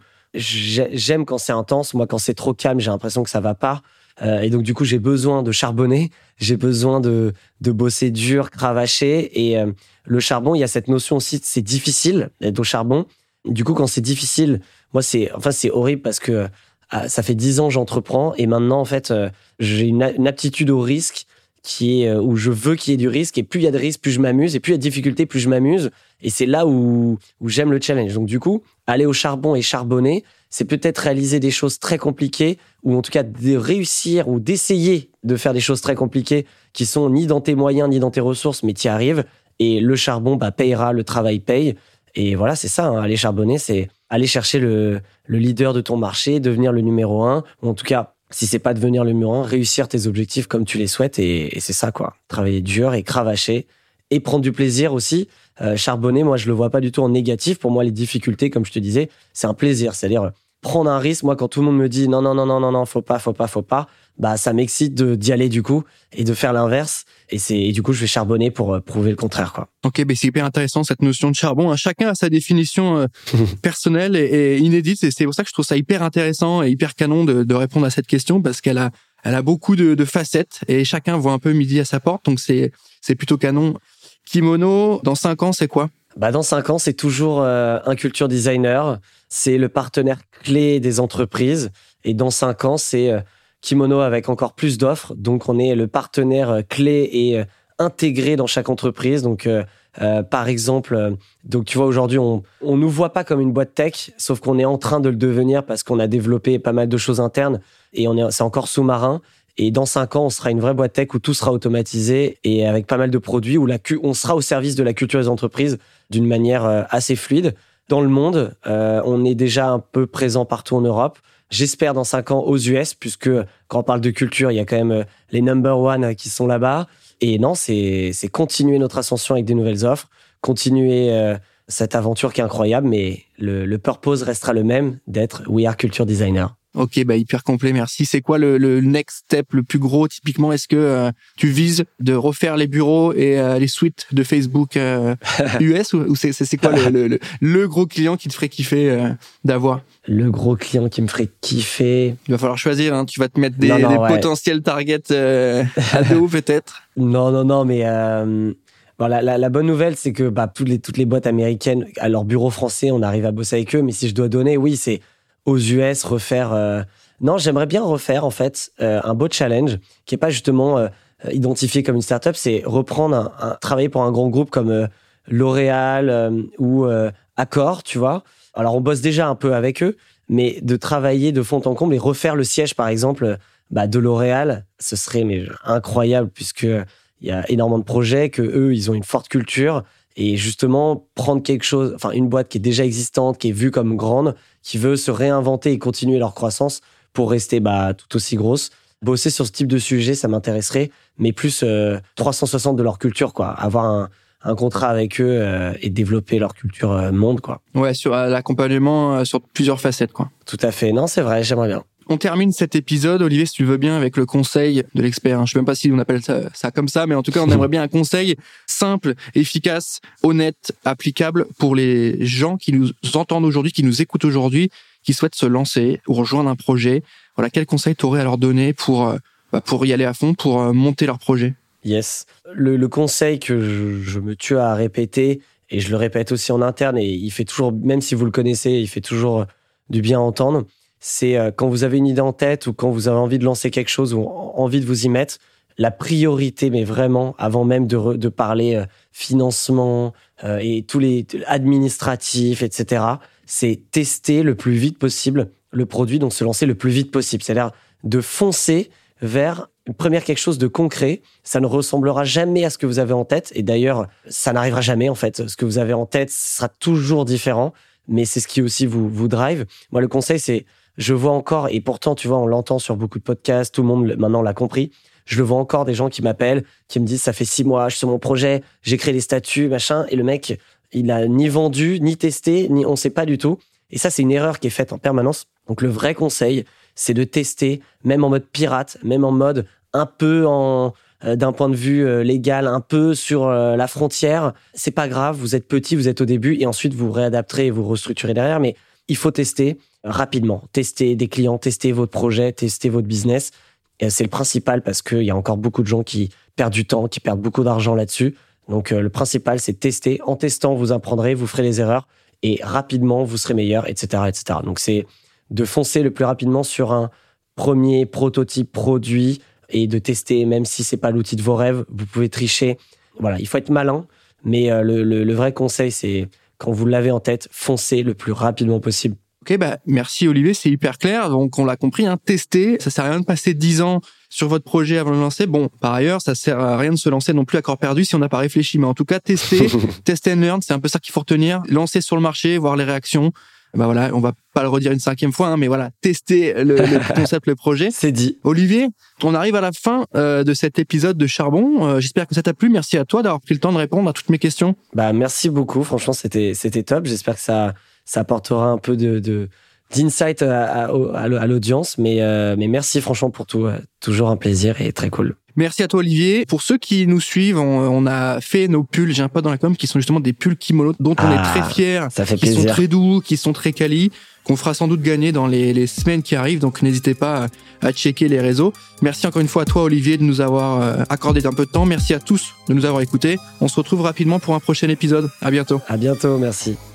j'aime quand c'est intense. Moi, quand c'est trop calme, j'ai l'impression que ça va pas. Euh, et donc, du coup, j'ai besoin de charbonner. J'ai besoin de, de bosser dur, cravacher. Et euh, le charbon, il y a cette notion aussi, c'est difficile d'être au charbon. Du coup, quand c'est difficile, moi, c'est, enfin, c'est horrible parce que euh, ça fait dix ans que j'entreprends. Et maintenant, en fait, euh, j'ai une, une aptitude au risque qui est euh, où je veux qu'il y ait du risque. Et plus il y a de risque, plus je m'amuse. Et plus il y a de difficultés, plus je m'amuse. Et c'est là où, où j'aime le challenge. Donc, du coup, aller au charbon et charbonner, c'est peut-être réaliser des choses très compliquées, ou en tout cas de réussir ou d'essayer de faire des choses très compliquées qui sont ni dans tes moyens, ni dans tes ressources, mais tu y arrives. Et le charbon bah, payera, le travail paye. Et voilà, c'est ça, hein, aller charbonner, c'est aller chercher le, le leader de ton marché, devenir le numéro un, ou en tout cas, si c'est pas devenir le numéro un, réussir tes objectifs comme tu les souhaites. Et, et c'est ça, quoi. Travailler dur et cravacher. Et prendre du plaisir aussi. Euh, charbonner, moi, je le vois pas du tout en négatif. Pour moi, les difficultés, comme je te disais, c'est un plaisir. C'est-à-dire prendre un risque. Moi, quand tout le monde me dit non, non, non, non, non, non, faut pas, faut pas, faut pas, bah, ça m'excite de, d'y aller du coup et de faire l'inverse. Et c'est, et du coup, je vais charbonner pour euh, prouver le contraire, quoi. Ok, ben c'est hyper intéressant cette notion de charbon. Hein. Chacun a sa définition euh, personnelle et, et inédite. Et c'est pour ça que je trouve ça hyper intéressant et hyper canon de, de répondre à cette question parce qu'elle a, elle a beaucoup de, de facettes et chacun voit un peu midi à sa porte. Donc c'est, c'est plutôt canon. Kimono, dans cinq ans, c'est quoi ? Bah, dans cinq ans, c'est toujours euh, un culture designer. C'est le partenaire clé des entreprises. Et dans cinq ans, c'est euh, Kimono avec encore plus d'offres. Donc, on est le partenaire clé et euh, intégré dans chaque entreprise. Donc, euh, euh, par exemple, euh, donc tu vois, aujourd'hui, on on nous voit pas comme une boîte tech, sauf qu'on est en train de le devenir parce qu'on a développé pas mal de choses internes et on est, c'est encore sous-marin. Et dans cinq ans, on sera une vraie boîte tech où tout sera automatisé et avec pas mal de produits où la, on sera au service de la culture des entreprises d'une manière assez fluide. Dans le monde, euh, on est déjà un peu présent partout en Europe. J'espère dans cinq ans aux U S, puisque quand on parle de culture, il y a quand même les number one qui sont là-bas. Et non, c'est, c'est continuer notre ascension avec des nouvelles offres, continuer euh, cette aventure qui est incroyable, mais le, le purpose restera le même, d'être We Are Culture Designer. Ok, bah hyper complet, merci. C'est quoi le, le next step le plus gros typiquement ? Est-ce que euh, tu vises de refaire les bureaux et euh, les suites de Facebook euh, U S ou, ou c'est, c'est, c'est quoi le, le, le, le gros client qui te ferait kiffer euh, d'avoir ? Le gros client qui me ferait kiffer... Il va falloir choisir, hein. Tu vas te mettre des, non, non, des ouais. potentiels targets euh, à deux peut-être. Non, non, non, mais... Euh... Bon, la, la, la bonne nouvelle, c'est que bah, toutes, les, toutes les boîtes américaines, à leur bureau français, on arrive à bosser avec eux. Mais si je dois donner, oui, c'est... aux U S, refaire euh, Non, j'aimerais bien refaire en fait euh, un beau challenge qui est pas justement euh, identifié comme une startup, c'est reprendre un, un travailler pour un grand groupe comme euh, L'Oréal euh, ou euh, Accor, tu vois. Alors on bosse déjà un peu avec eux, mais de travailler de fond en comble et refaire le siège par exemple bah, de L'Oréal, ce serait mais incroyable puisque il y a énormément de projets, que eux ils ont une forte culture. Et justement, prendre quelque chose, enfin une boîte qui est déjà existante, qui est vue comme grande, qui veut se réinventer et continuer leur croissance pour rester bah, tout aussi grosse. Bosser sur ce type de sujet, ça m'intéresserait, mais plus euh, trois cent soixante de leur culture, quoi. Avoir un, un contrat avec eux euh, et développer leur culture euh, monde, quoi. Ouais, sur euh, l'accompagnement euh, sur plusieurs facettes, quoi. Tout à fait. Non, c'est vrai, j'aimerais bien. On termine cet épisode, Olivier, si tu veux bien, avec le conseil de l'expert. Je sais même pas si on appelle ça, ça comme ça, mais en tout cas, on aimerait bien un conseil simple, efficace, honnête, applicable pour les gens qui nous entendent aujourd'hui, qui nous écoutent aujourd'hui, qui souhaitent se lancer ou rejoindre un projet. Voilà, quel conseil t'aurais à leur donner pour, bah, pour y aller à fond, pour monter leur projet? Yes. Le, le conseil que je, je me tue à répéter, et je le répète aussi en interne, et il fait toujours, même si vous le connaissez, il fait toujours du bien à entendre, c'est quand vous avez une idée en tête ou quand vous avez envie de lancer quelque chose ou envie de vous y mettre, la priorité, mais vraiment, avant même de, re, de parler euh, financement euh, et tous les administratifs, et cetera, c'est tester le plus vite possible le produit, donc se lancer le plus vite possible. C'est-à-dire de foncer vers une première quelque chose de concret. Ça ne ressemblera jamais à ce que vous avez en tête. Et d'ailleurs, ça n'arrivera jamais, en fait. Ce que vous avez en tête sera toujours différent. Mais c'est ce qui aussi vous, vous drive. Moi, le conseil, c'est, je vois encore, et pourtant, tu vois, on l'entend sur beaucoup de podcasts, tout le monde maintenant l'a compris. Je le vois encore, des gens qui m'appellent, qui me disent, ça fait six mois, je suis sur mon projet, j'ai créé les statuts, machin, et le mec, il a ni vendu, ni testé, ni on sait pas du tout. Et ça, c'est une erreur qui est faite en permanence. Donc, le vrai conseil, c'est de tester, même en mode pirate, même en mode un peu en, euh, d'un point de vue euh, légal, un peu sur euh, la frontière. C'est pas grave, vous êtes petit, vous êtes au début, et ensuite, vous réadapterez et vous restructurez derrière. Mais il faut tester rapidement. Tester des clients, tester votre projet, tester votre business. Et c'est le principal parce qu'il y a encore beaucoup de gens qui perdent du temps, qui perdent beaucoup d'argent là-dessus. Donc, euh, le principal, c'est de tester. En testant, vous apprendrez, vous ferez les erreurs et rapidement, vous serez meilleur, et cetera, et cetera. Donc, c'est de foncer le plus rapidement sur un premier prototype produit et de tester, même si c'est pas l'outil de vos rêves, vous pouvez tricher. Voilà, il faut être malin, mais euh, le, le, le vrai conseil, c'est quand vous l'avez en tête, foncez le plus rapidement possible. Ok, bah merci Olivier, c'est hyper clair. Donc on l'a compris, hein, tester, ça sert à rien de passer dix ans sur votre projet avant de le lancer. Bon, par ailleurs, ça sert à rien de se lancer non plus à corps perdu si on n'a pas réfléchi. Mais en tout cas, tester, test and learn, c'est un peu ça qu'il faut retenir. Lancer sur le marché, voir les réactions. Bah voilà, on va pas le redire une cinquième fois, hein, mais voilà, tester le, le concept, le projet. C'est dit. Olivier, on arrive à la fin euh, de cet épisode de Charbon. Euh, j'espère que ça t'a plu. Merci à toi d'avoir pris le temps de répondre à toutes mes questions. Bah merci beaucoup. Franchement, c'était c'était top. J'espère que ça ça apportera un peu de, de d'insight à, à, à l'audience, mais euh, mais merci franchement pour tout. Euh, toujours un plaisir et très cool. Merci à toi Olivier. Pour ceux qui nous suivent, on, on a fait nos pulls, j'ai un pote dans la com, qui sont justement des pulls kimono dont on ah, est très fiers, ça fait qui plaisir. sont très doux, qui sont très quali, qu'on fera sans doute gagner dans les, les semaines qui arrivent. Donc n'hésitez pas à, à checker les réseaux. Merci encore une fois à toi Olivier de nous avoir accordé un peu de temps. Merci à tous de nous avoir écoutés. On se retrouve rapidement pour un prochain épisode. À bientôt. À bientôt, merci.